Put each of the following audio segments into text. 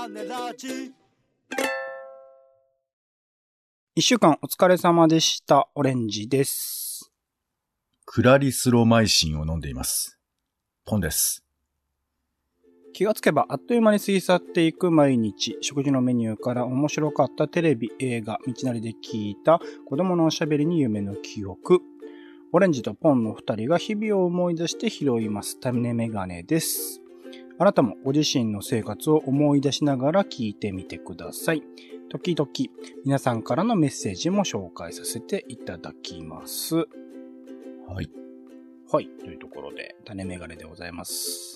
ネラジ。 一週間お疲れ様でした。オレンジです。 クラリスロマイシンを飲んでいます。ポンです。 気がつけばあっという間に過ぎ去っていく毎日。食事のメニューから面白かったテレビ、映画、道なりで聞いた子供のおしゃべりに夢の記憶。オレンジとポンの二人が日々を思い出して拾います。種メガネです。あなたもご自身の生活を思い出しながら聞いてみてください。時々皆さんからのメッセージも紹介させていただきます。 はい。 はい。というところで、種メガネでございます。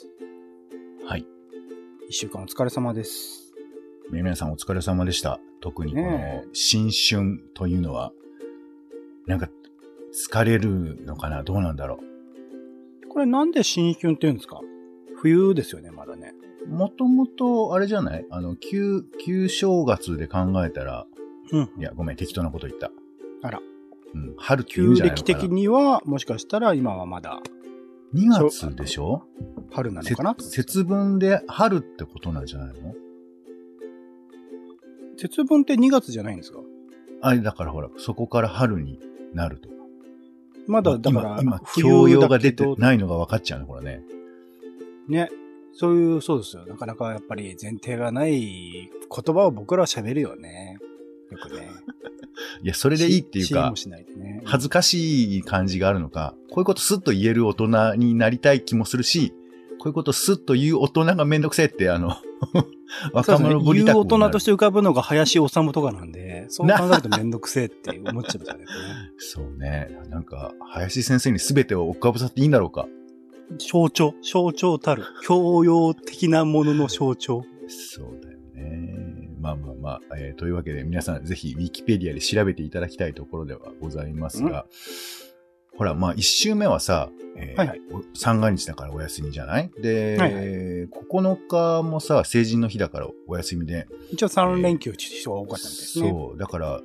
はい。 一週間お疲れ様です。 皆さんお疲れ様でした。特にこの新春というのは、なんか疲れるのかな、どうなんだろう。これなんで新春って言うんですか？冬ですよね、まだね。 もともと、あれじゃない？旧正月で考えたら、いや、ごめん、適当なこと言った。 あら。 春って言うんじゃないのかな。 旧暦的には、もしかしたら今はまだ。 2月でしょ？ 春なのかな？ 節分で春ってことなんじゃないの？ 節分って2月じゃないんですか？ あれだからほら、そこから春になるとか。 まだだから、 今、教養が出てないのが分かっちゃうね、これね。 ね。そうですよ。なかなかやっぱり前提がない言葉を僕らは喋るよね。よくね。 いや、それでいいっていうか、 ね、 恥ずかしい感じがあるのか、こういうことスッと言える大人になりたい気もするし、こういうことスッと言う大人がめんどくせえって、若者ぶりたくなる。 言う大人として浮かぶのが林修とかなんで、そう考えるとめんどくせえって思っちゃうんじゃないかな。 そうね。なんか、林先生に全てを浮かぶさっていいんだろうか。 象徴たる。教養的なものの象徴。 そうだよね。まあ、というわけで皆さんぜひウィキペディアで調べていただきたいところではございますが、ほら、一週目はさ、三が日だからお休みじゃないで、9日もさ、成人の日だからお休みで。 一応3連休人が多かったんですね。 そう、だから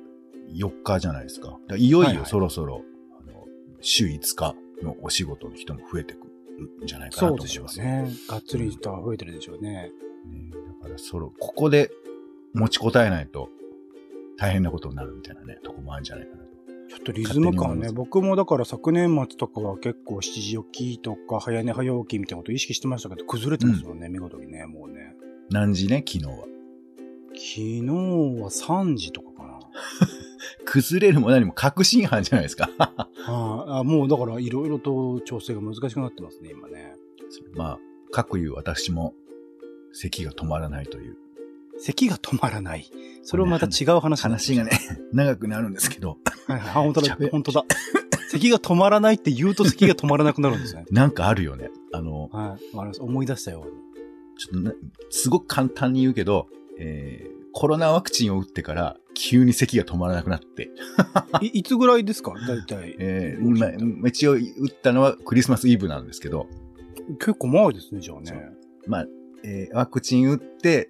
4日じゃないですか。いよいよそろそろ、週5日のお仕事の人も増えてくるんじゃないかなと思います。 そうでしょうね。がっつり人は増えてるでしょうね。 だからここで持ちこたえないと大変なことになるみたいなね、とこもあるんじゃないかなと。 ちょっとリズム感ね、僕もだから昨年末とかは結構7時起きとか早寝早起きみたいなことを意識してましたけど、崩れてますよね、見事にね、もうね。 何時ね、昨日は。 昨日は3時とかかな。 崩れるも何も確信犯じゃないですか。 もうだからいろいろと調整が難しくなってますね、今ね。 かくいう私も咳が止まらないという。 咳が止まらない。それはまた違う話がね、長くなるんですけど。 本当だ。咳が止まらないって言うと咳が止まらなくなるんですね。 なんかあるよね。 思い出したように。 ちょっとすごく簡単に言うけど、コロナワクチンを打ってから急に咳が止まらなくなって。 いつぐらいですか大体。 一応打ったのはクリスマスイブなんですけど。 結構前ですね、じゃあね。 ワクチン打って、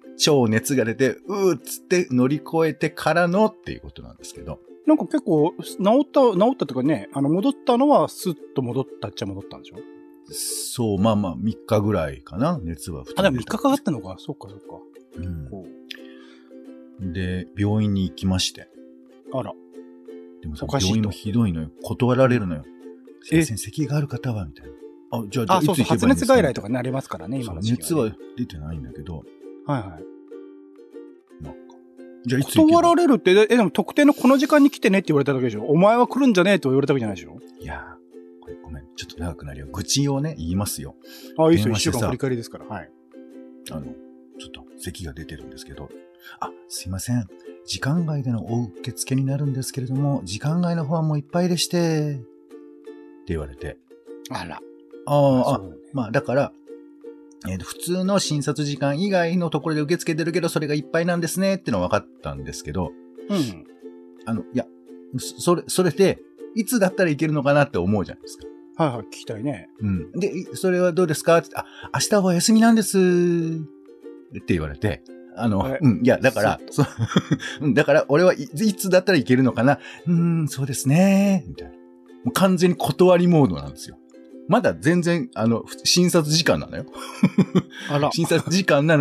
超熱が出て、っつって乗り越えてからのっていうことなんですけど。 なんか結構、治ったとかね、戻ったのはスッと戻ったっちゃ戻ったんでしょ？ そう、3日ぐらいかな、熱は。 でも3日かかったのか。そっか。 で、病院に行きまして。 あら。 でもさ、病院もひどいのよ。断られるのよ。先生、咳がある方はみたいな。じゃあ、いつ行けばいいんですか？ 発熱外来とかになりますからね、今の時期熱は出てないんだけど。 じゃあいつ行けば？断られるって、でも特定のこの時間に来てねって言われただけでしょ？お前は来るんじゃねえと言われたわけじゃないでしょ？ いやー、これごめん、ちょっと長くなるよ。愚痴をね、言いますよ。 いいですよ、一週間振り返りですから。 ちょっと咳が出てるんですけど。すいません。時間外でのお受付になるんですけれども、時間外の方はもういっぱいでして、って言われて。 あら。 だから、普通の診察時間以外のところで受け付けてるけど、それがいっぱいなんですねってのは分かったんですけど、それで、いつだったらいけるのかなって思うじゃないですか。 聞きたいね。 で、それはどうですかって、明日はお休みなんです。って言われて、だから、だから俺はいつだったらいけるのかな。そうですね。みたいな。もう完全に断りモードなんですよ。まだ全然、診察時間なのよ。診察時間なのに、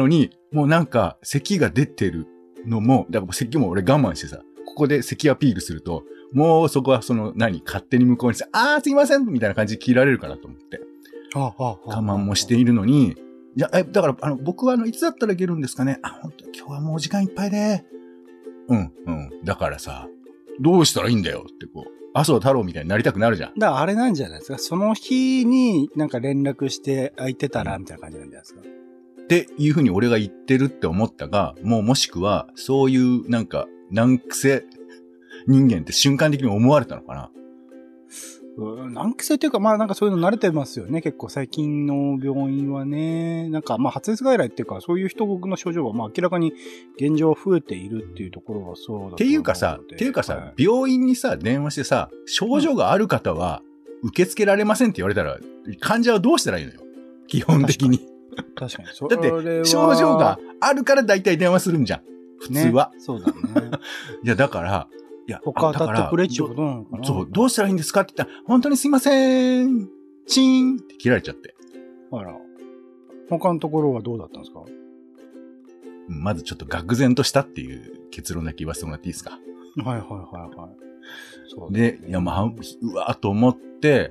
もうなんか、咳が出てるのも、だから咳も俺我慢してさ、ここで咳アピールすると、もうそこは勝手に向こうにさ、すいませんみたいな感じで切られるかなと思って。我慢もしているのに、いや、だから僕はいつだったらいけるんですかね。本当今日はもうお時間いっぱいで。だからさ、どうしたらいいんだよって麻生太郎みたいになりたくなるじゃん。 だからあれなんじゃないですか。その日になんか連絡して空いてたら、みたいな感じなんじゃないですか。 っていうふうに俺が言ってるって思ったが、もしくは、そういうなんか、難癖人間って瞬間的に思われたのかな。 難癖っていうか、まあなんかそういうの慣れてますよね。結構最近の病院はね。なんかまあ発熱外来っていうか、そういう人の症状はまあ明らかに現状増えているっていうところはそうだと。 っていうかさ、はい、病院にさ、電話してさ、症状がある方は受け付けられませんって言われたら、患者はどうしたらいいのよ。基本的に。 確かに。 だって症状があるから大体電話するんじゃん。普通は。 ね、そうだね。 いや、だから、 他当たってくれっちゅうことなのかな。 そう、どうしたらいいんですかって言ったら、本当にすいません。チーンって切られちゃって。 あら。他のところはどうだったんですか？ まずちょっと愕然としたっていう結論だけ言わせてもらっていいですか？ はい。 そうで、いや、まあ、うわーと思って、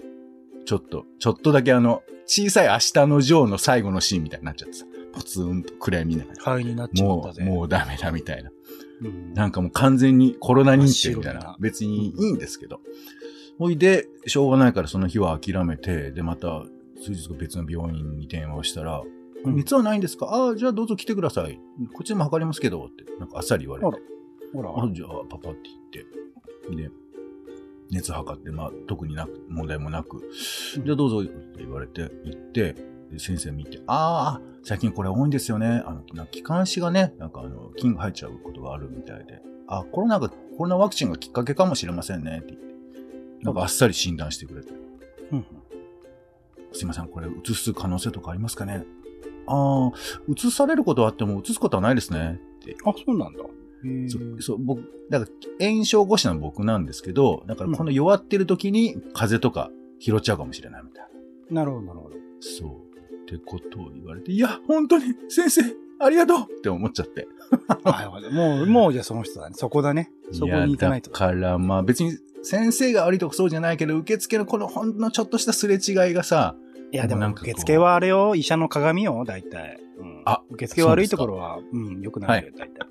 ちょっとだけ小さい明日のジョーの最後のシーンみたいになっちゃってさ、ポツンと暗闇ながら。 灰になっちゃったぜ。 もうダメだみたいな。なんかもう完全にコロナ認定みたいな。別にいいんですけど。ほいで、しょうがないからその日は諦めて、で、また、数日後別の病院に電話をしたら、熱はないんですか？じゃあどうぞ来てください。こっちでも測りますけど、って、なんかあっさり言われて。じゃあ、パパって言って。で、熱測って、まあ、特に問題もなく、じゃあどうぞって言われて、行って、で先生見て、最近これ多いんですよね。気管支がね、なんか菌が入っちゃうことがあるみたいで、コロナワクチンがきっかけかもしれませんねって言って、なんかあっさり診断してくれて。すいません、これ移す可能性とかありますかね？移されることはあっても移すことはないですねって。 そうなんだ。 僕、だから炎症越しな僕なんですけど、だからこの弱ってる時に風邪とか拾っちゃうかもしれないみたいな。なるほど。 そう。ってことを言われて、いや、本当に先生、ありがとうって思っちゃって。 もうじゃあその人だね。そこだね。そこに行かないと。 だからまあ別に先生が悪いとかそうじゃないけど、受付のこのほんのちょっとしたすれ違いがさ、 いやでも受付はあれよ、医者の鏡よ、大体。受付悪いところは、良くないよ、大体。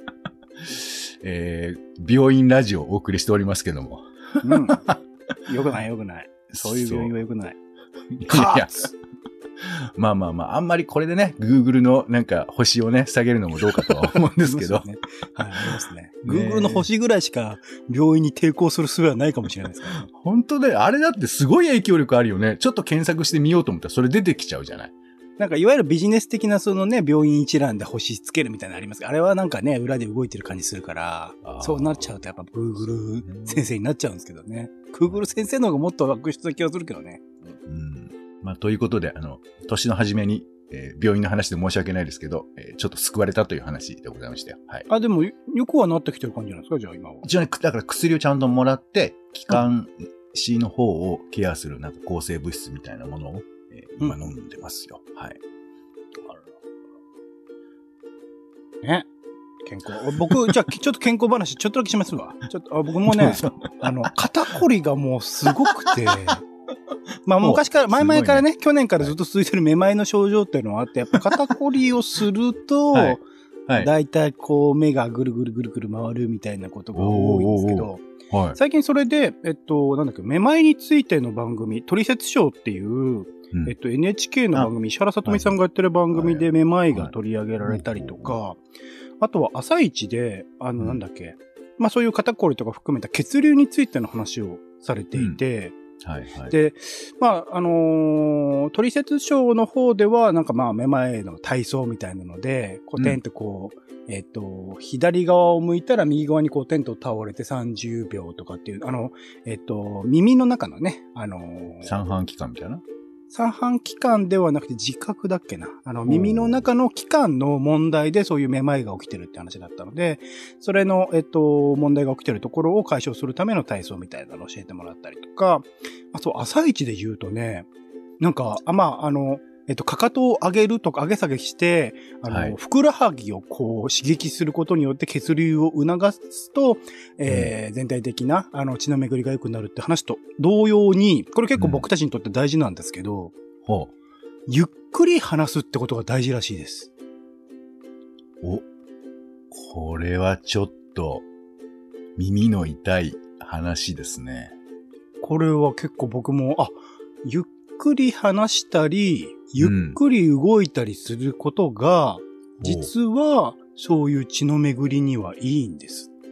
病院ラジオをお送りしておりますけども。 良くない。そういう病院は良くない。 いやまあ、あんまりこれでね、Google のなんか星をね、下げるのもどうかとは思うんですけど。 ね、はい、ありますね。Google の星ぐらいしか病院に抵抗する術はないかもしれないですから、ね。 本当だよ。あれだってすごい影響力あるよね。ちょっと検索してみようと思ったらそれ出てきちゃうじゃない。 なんかいわゆるビジネス的な病院一覧で星つけるみたいなのありますけど、あれはなんかね、裏で動いてる感じするから、そうなっちゃうとやっぱ Google 先生になっちゃうんですけどね。Google 先生の方がもっと悪質な気がするけどね。 まあ、ということで、年の初めに、病院の話で申し訳ないですけど、ちょっと救われたという話でございましたよ。はい。 でも、よくはなってきてる感じなんですか、じゃあ今は。 一応ね、だから薬をちゃんともらって、気管支の方をケアする、なんか抗生物質みたいなものを、今飲んでますよ。はい。 ね。健康。僕、じゃあ、ちょっと健康話、ちょっとだけしますわ。僕もね、肩こりがもうすごくて、まあ昔から、前々からね、去年からずっと続いてるめまいの症状っていうのがあって、やっぱ肩こりをすると、だいたい目がぐるぐる回るみたいなことが多いんですけど、最近それで、めまいについての番組、トリセツショーっていう、NHK の番組、石原さとみさんがやってる番組でめまいが取り上げられたりとか、あとは朝一で、まあそういう肩こりとか含めた血流についての話をされていて、で、まあ、トリセツショーの方では、なんかまあ、めまいの体操みたいなので、テンと左側を向いたら右側にテント倒れて30秒とかっていう、耳の中のね、 三半規管みたいな？ 三半規管ではなくて自覚だっけな。耳の中の器官の問題でそういうめまいが起きてるって話だったので、それの、問題が起きてるところを解消するための体操みたいなのを教えてもらったりとか、あと朝一で言うとね、なんか、 かかとを上げるとか上げ下げして、 はいふくらはぎをこう刺激することによって血流を促すと、全体的な、血の巡りが良くなるって話と同様に、これ結構僕たちにとって大事なんですけど、 ほゆっくり話すってことが大事らしいです。 う。これはちょっと、耳の痛い話ですね。 これは結構僕も、ゆっくり話したり、ゆっくり動いたりすることが、実は、そういう血の巡りにはいいんですって。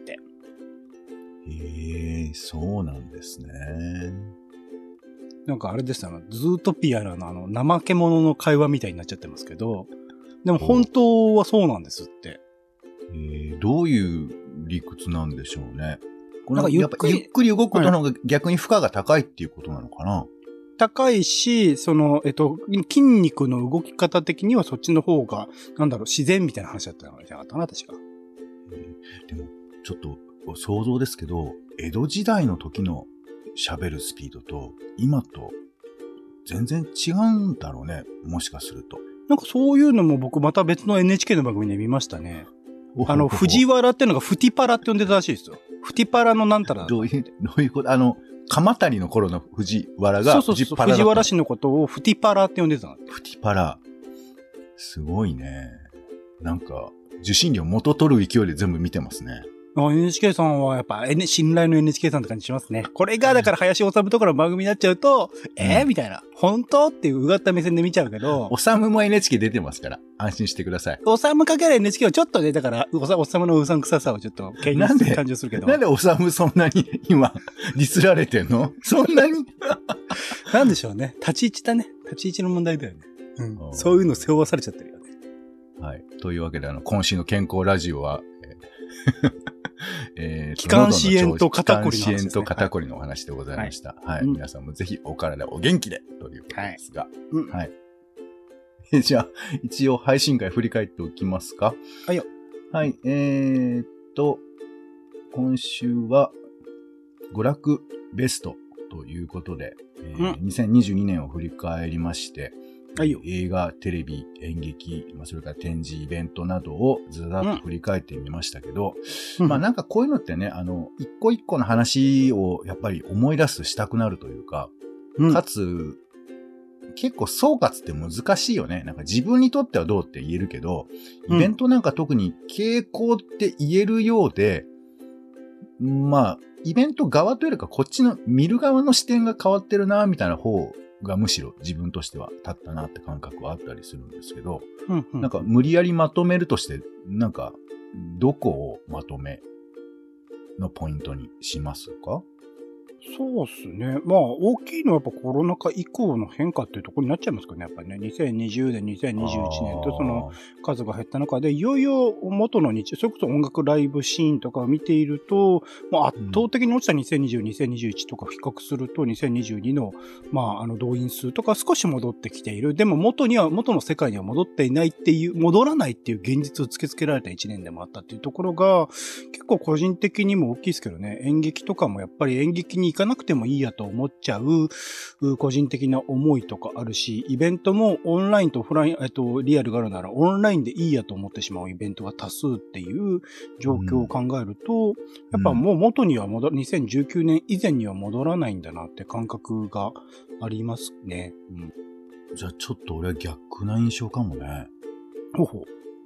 へえ、そうなんですね。 なんかあれですよ、ズートピアの怠け者の会話みたいになっちゃってますけど、でも本当はそうなんですって。 どういう理屈なんでしょうね。 なんかやっぱゆっくり動くことの方が逆に負荷が高いっていうことなのかな。 高いし、筋肉の動き方的にはそっちの方が、自然みたいな話だったのじゃなかったな、確か。 でも、ちょっと想像ですけど、江戸時代の時の喋るスピードと、今と全然違うんだろうね。もしかすると。 なんかそういうのも僕また別の NHK の番組で見ましたね。藤原っていうのがフティパラって呼んでたらしいですよ。フティパラのなんたらだった。 どういうこと鎌谷の頃の藤原がそう藤原氏のことをフティパラって呼んでたの。 フティパラ。すごいね。なんか、受信料元取る勢いで全部見てますね。 NHK さんはやっぱ、信頼の NHK さんって感じしますね。これがだから林修とかの番組になっちゃうと、みたいな。本当っていううがった目線で見ちゃうけど。 修も NHK 出てますから、安心してください。 修かける NHK はちょっとね、だから、修のうさんくささをちょっと軽減する感じがするけど。 なんで修そんなに今、ディスられてんのそんなになんでしょうね。立ち位置だね。立ち位置の問題だよね。そういうの背負わされちゃってるよね。 はい。というわけで、今週の健康ラジオは、 気管支炎と肩こりの話ですね。 気管支炎と肩こりのお話でございました。はい。皆さんもぜひお体お元気でということですが。はい。じゃあ、一応配信会振り返っておきますか。 はいよ。 はい。今週は、娯楽ベストということで、2022年を振り返りまして、 はいよ。 映画、テレビ、演劇、それから展示、イベントなどをずらっと振り返ってみましたけど、なんかこういうのってね、一個一個の話をやっぱり思い出したくなるというか、かつ、結構総括って難しいよね。なんか自分にとってはどうって言えるけど、イベントなんか特に傾向って言えるようで、イベント側というよりかこっちの見る側の視点が変わってるな、みたいな方がむしろ自分としては立ったなって感覚はあったりするんですけど、なんか無理やりまとめるとして、なんかどこをまとめのポイントにしますか？ そうですね。大きいのはやっぱコロナ禍以降の変化っていうところになっちゃいますかね。やっぱりね、2020年、2021年とその数が減った中で、いよいよ元のそれこそ音楽ライブシーンとかを見ていると、圧倒的に落ちた2020、2021とか比較すると、2022の、動員数とか少し戻ってきている。でも元の世界には戻っていないっていう、戻らないっていう現実を突きつけられた1年でもあったっていうところが、結構個人的にも大きいですけどね、演劇とかもやっぱり演劇に行かなくてもいいやと思っちゃう個人的な思いとかあるし、イベントもオンラインとオフライン、リアルがあるならオンラインでいいやと思ってしまうイベントが多数っていう状況を考えると、やっぱもう元には2019年以前には戻らないんだなって感覚がありますね。 じゃあちょっと俺は逆な印象かもね。 ほうほう。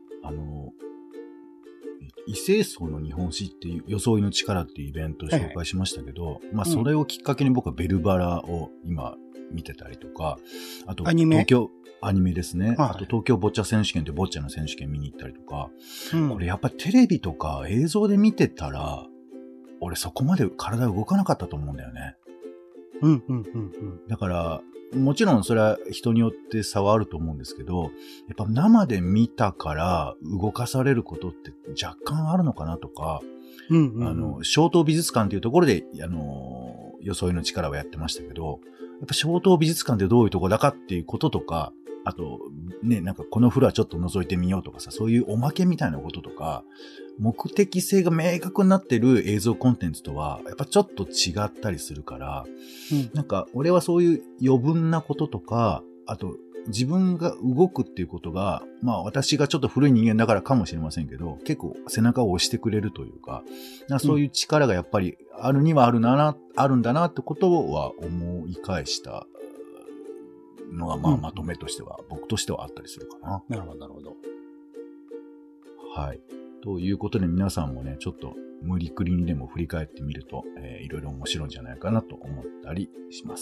異性層の日本史っていう装いの力っていうイベントを紹介しましたけど、それをきっかけに僕はベルバラを今見てたりとか、あと東京アニメですね。あと東京ボッチャ選手権ってボッチャの選手権見に行ったりとか、これやっぱりテレビとか映像で見てたら、俺そこまで体動かなかったと思うんだよね。だから、もちろんそれは人によって差はあると思うんですけど、やっぱ生で見たから動かされることって若干あるのかなとか、小東美術館というところで、装いの力をやってましたけど、やっぱ小東美術館ってどういうところだかっていうこととか、あと、ね、なんかこのフロアちょっと覗いてみようとかさ、そういうおまけみたいなこととか、目的性が明確になってる映像コンテンツとは、やっぱちょっと違ったりするから、なんか俺はそういう余分なこととか、あと、 自分が動くっていうことが、まあ私がちょっと古い人間だからかもしれませんけど、結構背中を押してくれるというか、そういう力がやっぱりあるにはあるんだなってことは思い返したのが、まあまとめとしては、僕としてはあったりするかな。 なるほど、なるほど。 はい。ということで皆さんもね、ちょっと無理くりにでも振り返ってみると、いろいろ面白いんじゃないかなと思ったりします。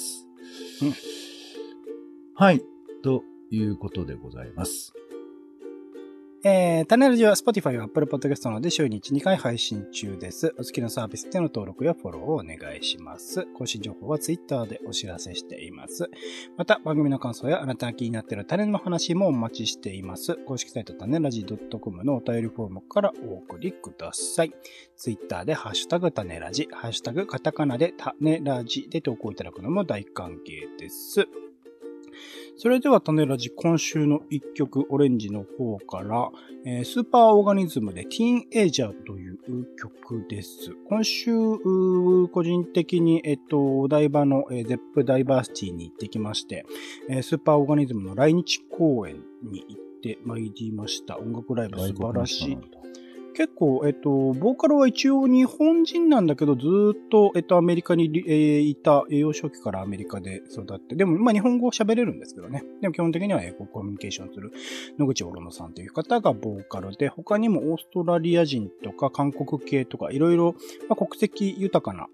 はい。ということでございます。 種ラジは Spotify や Apple Podcast などで週に1、2回配信中です。お好きなサービスでの登録やフォローをお願いします。更新情報は Twitter でお知らせしています。また、番組の感想やあなたが気になっている種の話もお待ちしています。公式サイト種ラジ .com のお便りフォームからお送りください。Twitter でハッシュタグ種ラジ、ハッシュタグカタカナで種ラジで投稿いただくのも大歓迎です。それでは種ラジ今週の一曲オレンジの方から、スーパーオーガニズムでティーンエイジャーという曲です。今週個人的にお台場のゼップダイバーシティに行ってきまして、スーパーオーガニズムの来日公演に行ってまいりました。音楽ライブ素晴らしい。結構、ボーカルは一応日本人なんだけど、ずーっと、アメリカに、いた、幼少期からアメリカで育って、でも、まあ、日本語を喋れるんですけどね。でも、基本的には英語コミュニケーションする野口オロノさんという方がボーカルで、他にもオーストラリア人とか韓国系とか、いろいろ、まあ、国籍豊かな、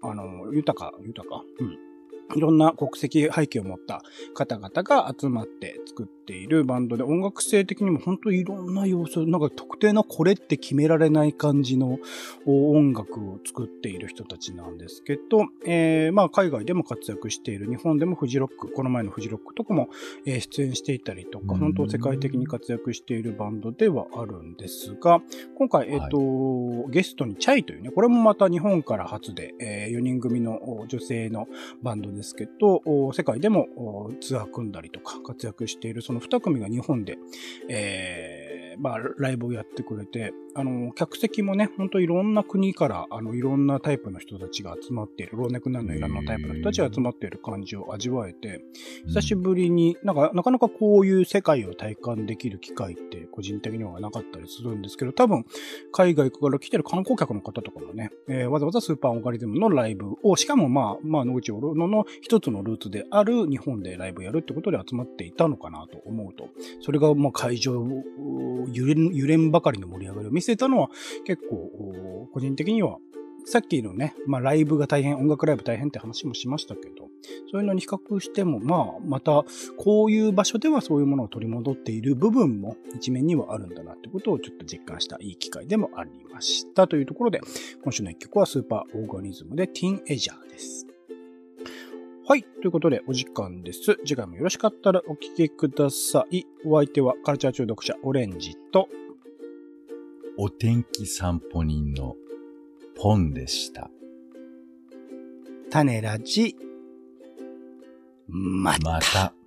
いろんな国籍背景を持った方々が集まって作っているバンドで、音楽性的にも本当にいろんな要素、なんか特定のこれって決められない感じの音楽を作っている人たちなんですけど、まあ海外でも活躍している、日本でもフジロック、この前のフジロックとかも、出演していたりとか、本当世界的に活躍しているバンドではあるんですが、今回、ゲストにチャイというね、これもまた日本から初で、4人組の女性のバンドですけど、世界でもツアー組んだりとか活躍しているその2組が日本で、まあ、ライブをやってくれて、客席もね、ほんといろんな国から、いろんなタイプの人たちが集まっている、老若男女いろんなタイプの人たちが集まっている感じを味わえて、久しぶりになかなかこういう世界を体感できる機会って個人的にはなかったりするんですけど、多分、海外から来てる観光客の方とかもね、わざわざスーパーオーガニズムのライブを、しかもまあ、野口オロノの一つのルーツである日本でライブやるってことで集まっていたのかなと思うと、それがまあ会場を揺れんばかりの盛り上がりを見せたのは結構個人的にはさっきのね、まあライブが大変、音楽ライブ大変って話もしましたけど、そういうのに比較しても、まあまたこういう場所ではそういうものを取り戻っている部分も一面にはあるんだなってことをちょっと実感したいい機会でもありましたというところで、今週の一曲はスーパーオーガニズムでティーンエイジャーです。はい。ということで、お時間です。次回もよろしかったらお聞きください。お相手はカルチャー中毒者オレンジと、 お天気散歩人のポンでした。 種ラジ、また。